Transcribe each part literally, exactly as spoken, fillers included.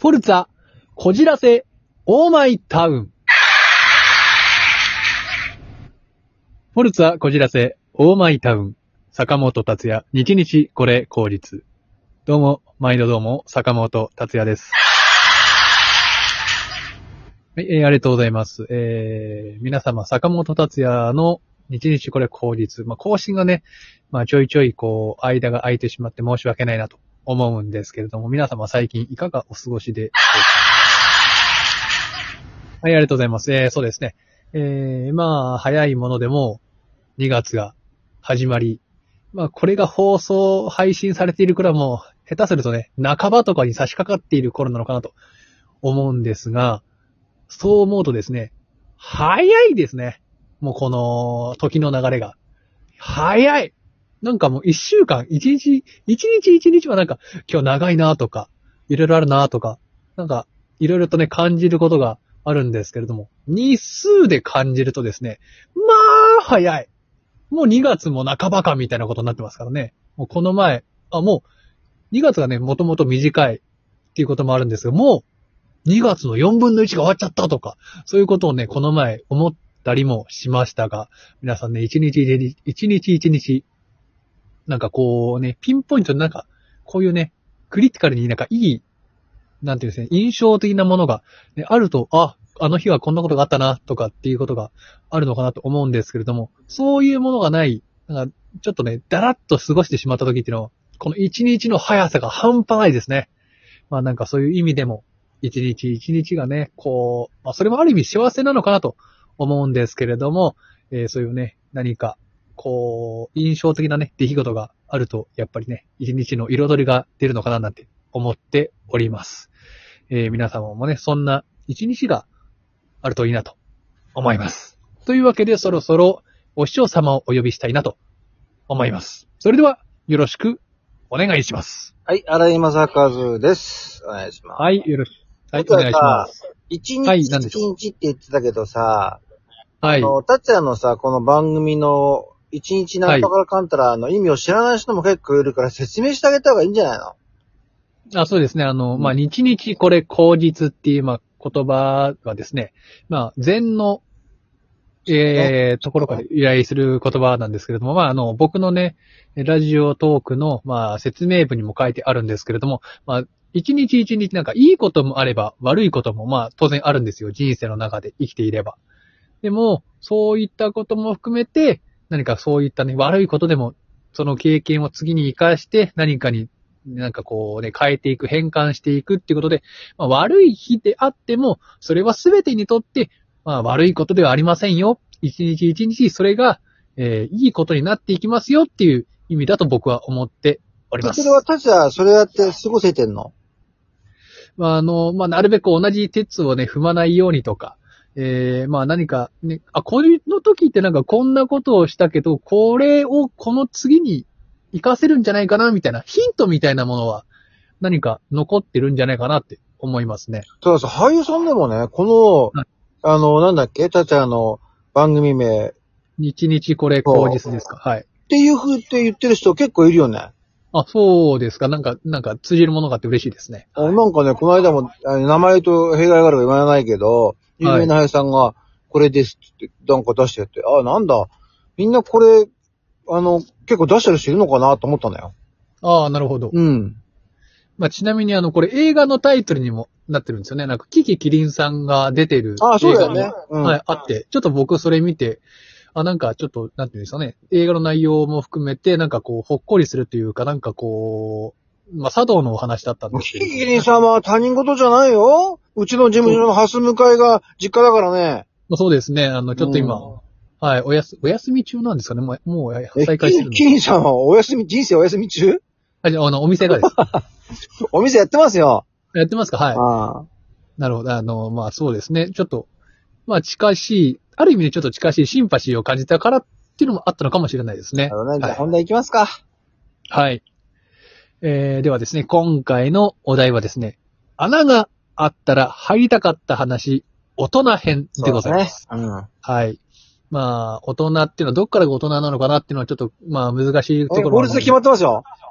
フォルツァ、こじらせ、オーマイタウン。フォルツァ、こじらせ、オーマイタウン。坂本達也、日々これ口実。どうも、毎度どうも、坂本達也です。はい、えー、ありがとうございます。えー、皆様、坂本達也の日々これ口実。まあ、更新がね、まあ、ちょいちょい、こう、間が空いてしまって申し訳ないなと思うんですけれども、皆様最近いかがお過ごしでしょうか。はい、ありがとうございます。えー、そうですね。えー、まあ、早いものでも、にがつが始まり、まあ、これが放送、配信されている頃はもう、下手するとね、半ばとかに差し掛かっている頃なのかなと思うんですが、そう思うとですね、早いですね。もうこの時の流れが。早い。なんかもう一週間、一日、一日一日はなんか今日長いなとか、いろいろあるなとか、なんかいろいろとね感じることがあるんですけれども、日数で感じるとですね、まあ早い。もうにがつも半ばかみたいなことになってますからね。もうこの前、あ、もうにがつがね、もともと短いっていうこともあるんですが、もうにがつのよんぶんのいちが終わっちゃったとか、そういうことをね、この前思ったりもしましたが、皆さんね、一日一日、一日一日、なんかこうね、ピンポイントでなんか、こういうね、クリティカルになんかいい、なんていうんですね、印象的なものが、ね、あると、あ、あの日はこんなことがあったな、とかっていうことがあるのかなと思うんですけれども、そういうものがない、なんかちょっとね、だらっと過ごしてしまった時っていうのは、この一日の速さが半端ないですね。まあなんかそういう意味でも、一日一日がね、こう、まあそれもある意味幸せなのかなと思うんですけれども、えー、そういうね、何か、こう、印象的なね、出来事があると、やっぱりね、一日の彩りが出るのかななんて思っております。えー、皆様もね、そんな一日があるといいなと思います。というわけで、そろそろお視聴様をお呼びしたいなと思います。それでは、よろしくお願いします。 はい、荒井正和です。お願いします。 はい、よろしく。はい、お願いします。 一日一日って言ってたけどさ、 はい。 あの、達也のさ、この番組の一日なんとかかんたらの意味を知らない人も結構いるから説明してあげた方がいいんじゃないの？ あ、そうですね。あの、まあ、日々これ口実っていう、まあ、言葉はですね、まあ、禅の、えー、ところから由来する言葉なんですけれども、まあ、あの、僕のね、ラジオトークの、まあ、説明文にも書いてあるんですけれども、まあ、一日一日なんかいいこともあれば悪いことも、まあ、当然あるんですよ。人生の中で生きていれば。でも、そういったことも含めて、何かそういったね、悪いことでも、その経験を次に活かして、何かに、なんかこうね、変えていく、変換していくっていうことで、まあ、悪い日であっても、それは全てにとって、まあ、悪いことではありませんよ。一日一日、それが、えー、いいことになっていきますよっていう意味だと僕は思っております。 それは達也、それやって過ごせてんの？ まあ、あの、まあ、なるべく同じ鉄をね、踏まないようにとか、えー、まあ何かね、あ、これの時ってなんかこんなことをしたけど、これをこの次に活かせるんじゃないかなみたいなヒントみたいなものは何か残ってるんじゃないかなって思いますね。 たださ、俳優さんでもね、この、 はい、 あの、なんだっけ、達也の番組名。 日々これ口実ですか。はい。 っていう風って言ってる人結構いるよね。 あ、そうですか。なんか、なんか通じるものがあって嬉しいですね。 はい、なんかね、この間も、名前と弊害があるか言わないけど、有名な俳優さんが、これですって、なんか出してやって、あ、なんだ、みんなこれ、あの、結構出してる人いるのかなと思ったのよ。 ああ、なるほど。 うん。 まあ、ちなみにあの、これ映画のタイトルにもなってるんですよね。なんか、キキキリンさんが出てる映画。 ああ、そうだよね。うん、 はい、あって、ちょっと僕それ見て、あ、なんかちょっと、なんていうんですかね、映画の内容も含めて、なんかこう、ほっこりするというか、なんかこう、まあ、茶道のお話だったんですけど。 キキキリンさんは他人事じゃないよ。うちの事務所のハス向かいが実家だからね。 まあ、そうですね。あの、ちょっと今、うん、はい、おやす、お休み中なんですかね。もう、もう再開してるの。 キキリンさんはお休み、人生お休み中？ あ、じゃあ、あの、お店がです。 お店やってますよ。 やってますか？はい。 ああ、 なるほど。あの、まあ、そうですね。ちょっと、まあ、近しい、ある意味でちょっと近しいシンパシーを感じたからっていうのもあったのかもしれないですね。 なるほどね。じゃあ本題行きますか。 はい。えー、ではですね、今回のお題はですね、穴があったら入りたかった話、大人編でございます。 そうですね。うん。 はい。まあ、大人っていうのはどっからが大人なのかなっていうのはちょっと、まあ難しいところ法律で決まってますよ。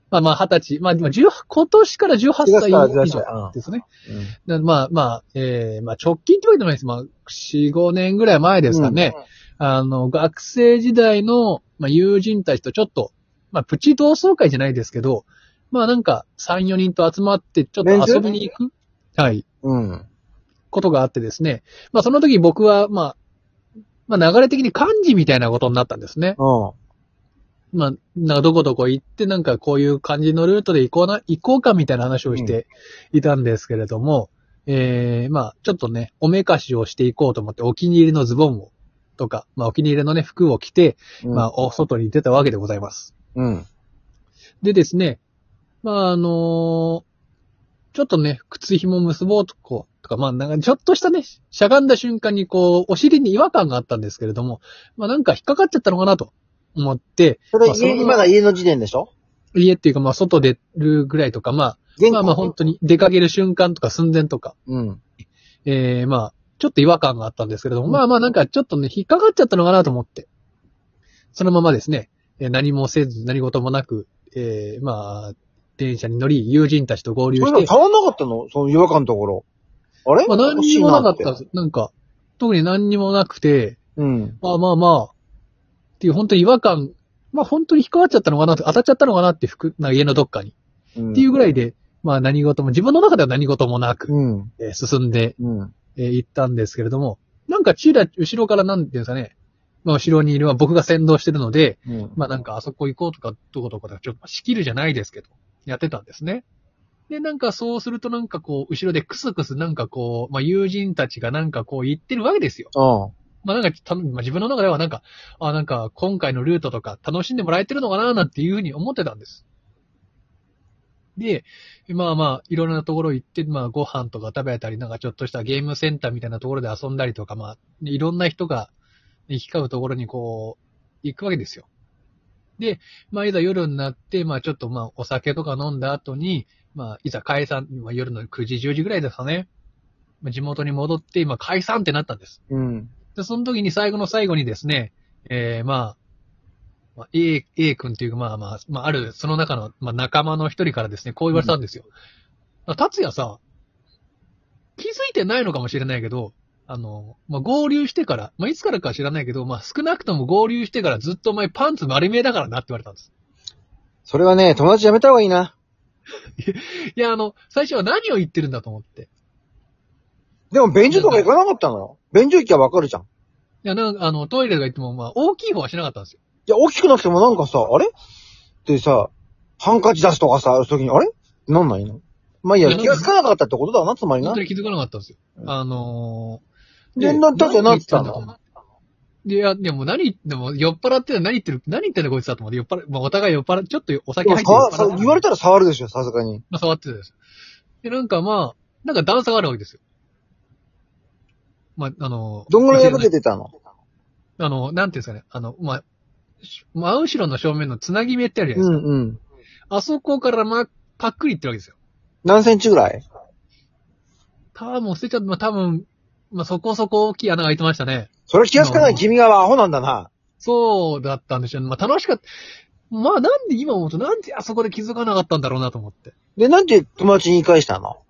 まあまあ、二十歳。まあ、今、じゅう今年からじゅうはっさい以上ですね。 うん、 まあまあ、えー、まあ直近ってわけでもないです。まあ、よん、ごねんぐらい前ですかね。うん、あの、学生時代の、まあ、友人たちとちょっと、まあ、プチ同窓会じゃないですけど、まあなんか、さん、よにんと集まって、ちょっと遊びに行くはい。 うん。ことがあってですね。まあその時僕は、まあ、まあ流れ的に幹事みたいなことになったんですね。 うん。 まあ、なんかどこどこ行って、なんかこういう感じのルートで行こうな、行こうかみたいな話をしていたんですけれども、うん、えー、まあ、ちょっとね、おめかしをしていこうと思って、お気に入りのズボンを、とか、まあ、お気に入りのね、服を着て、うん、まあ、お外に出たわけでございます。 うん。 でですね、まあ、あのー、ちょっとね、靴紐結ぼうとこう、とか、まあ、なんかちょっとしたね、しゃがんだ瞬間にこう、お尻に違和感があったんですけれども、まあ、なんか引っかかっちゃったのかなと。思って。 それ、まあ、家、まだ家の時点でしょ？ 家っていうか、まあ、外出るぐらいとか、まあ、まあまあ本当に出かける瞬間とか寸前とか。 うん。 ええー、まあ、ちょっと違和感があったんですけれども、うん、まあまあなんかちょっとね、引っかかっちゃったのかなと思って。そのままですね、え何もせず、何事もなく、ええー、まあ、電車に乗り、友人たちと合流して。 それが触んなかったの？その違和感のところ。あれ？ まあ何にもなかったです。なんか、特に何にもなくて、 うん。 まあまあまあ、っていう本当に違和感、まあ本当に引っかかっちゃったのかなと、当たっちゃったのかなって服、なんか家のどっかに。うん、っていうぐらいで、まあ何事も、自分の中では何事もなく、うんえー、進んで、うんえー、行ったんですけれども、なんかチラ、後ろからなんていうんですかね、まあ後ろにいるのは僕が先導してるので、うん、まあなんかあそこ行こうとか、どこどこだちょっと仕切るじゃないですけど、やってたんですね。で、なんかそうするとなんかこう、後ろでクスクスなんかこう、まあ友人たちがなんかこう言ってるわけですよ。 ああまあなんか、まあ、自分の中ではなんか、あなんか今回のルートとか楽しんでもらえてるのかななんていうふうに思ってたんです。で、まあまあ、いろんなところ行って、まあご飯とか食べたり、なんかちょっとしたゲームセンターみたいなところで遊んだりとか、まあ、いろんな人が行き交うところにこう、行くわけですよ。で、まあいざ夜になって、まあちょっとまあお酒とか飲んだ後に、まあいざ解散、まあ夜のくじ、じゅうじぐらいですかね。まあ、地元に戻って、まあ解散ってなったんです。 うん。 で、その時に最後の最後にですね、えー、まあ、まあ、A、A 君っていうか、まあまあ、まあ、ある、その中の、まあ、仲間の一人からですね、こう言われたんですよ。うん、達也さ、気づいてないのかもしれないけど、あの、まあ、合流してから、まあ、いつからかは知らないけど、まあ、少なくとも合流してからずっとお前パンツ丸見えだからなって言われたんです。 それはね、友達やめた方がいいな。 いや、あの、最初は何を言ってるんだと思って。 でも、便所とか行かなかったの？便所行きゃわかるじゃん。いや、なんか、あの、トイレとか行っても、まあ、大きい方はしなかったんですよ。 いや、大きくなくてもなんかさ、あれってさ、ハンカチ出すとかさ、ある時に、あれなんないの？まあいいや、気がつかなかったってことだな、つまりな。 本当に気づかなかったんですよ。うん、あのー、で、な、だってなってたの？ いや、でも何、でも酔っ払って何言ってる、何言ってんだこいつだと思って、酔っ払、まあ、お互い酔っ払ちょっとお酒入ってる。言われたら触るでしょ、さすがに。 まあ、触ってたです。で、なんかまあ、なんか段差があるわけですよ。まあ、あの、 どんぐらい破けてたの？ あの、なんていうんですかね、あの、まあ、真後ろの正面のつなぎ目ってあるじゃないですか。 うんうん。 あそこからまあ、パックリいってるわけですよ。 何センチぐらい？ 多分捨てちゃった、まあ多分、まあそこそこ大きい穴が開いてましたね。 それ気がつかない君がアホなんだな。 そうだったんでしょうね。まあ楽しかった。まあなんで今思うとなんであそこで気づかなかったんだろうなと思って。 で、なんで友達に言い返したの？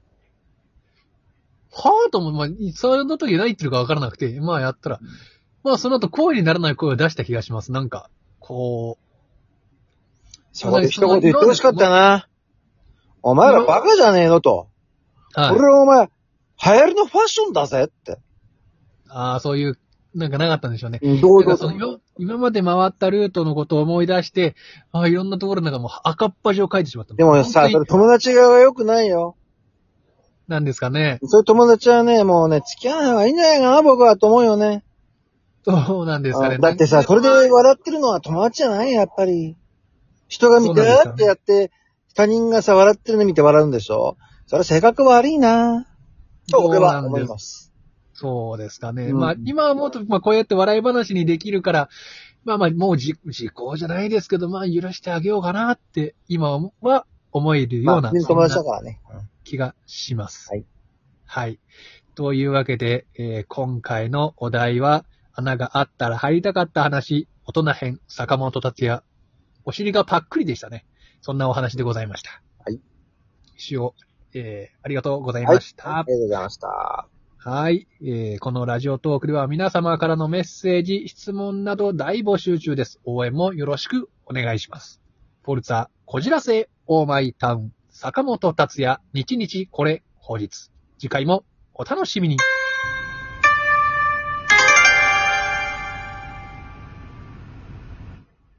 はぁとも、まあ、その時何言ってるか分からなくて、まあやったら、まあその後声にならない声を出した気がします。なんか、こう。 そこで一言言ってほしかったな。お前らバカじゃねえのと。はい。これはお前、流行りのファッションだぜって。 ああ、そういう、なんかなかったんでしょうね。 うん、どういうこと？ 今まで回ったルートのことを思い出して、ああ、いろんなところなんかもう赤っ端を書いてしまった。 でもさ、それ友達側が良くないよ。 なんですかね。 そういう友達はね、もうね、付き合わない方がいいんじゃないかな、僕はと思うよね。 そうなんですかね。 だってさ、それで笑ってるのは友達じゃないやっぱり。人が見て、ーってやって、他人がさ、笑ってるの見て笑うんでしょ？それ性格悪いなと俺は思います。 そうですかね。うん、まあ、今はもっと、まあ、こうやって笑い話にできるから、まあまあ、もう時効じゃないですけど、まあ、許してあげようかなって、今は思えるような、 まあ、友達だからね。 気がします。 はい。 はい。というわけで、えー、今回のお題は、穴があったら入りたかった話、大人編、坂本達也。お尻がパックリでしたね。 そんなお話でございました。 はい。 一応、えー、ありがとうございました。 はい、ありがとうございました。 はい。えー、このラジオトークでは皆様からのメッセージ、質問など大募集中です。応援もよろしくお願いします。フォルツァ、こじらせ、オーマイタウン、坂本達也、日々これ、本日。次回もお楽しみに。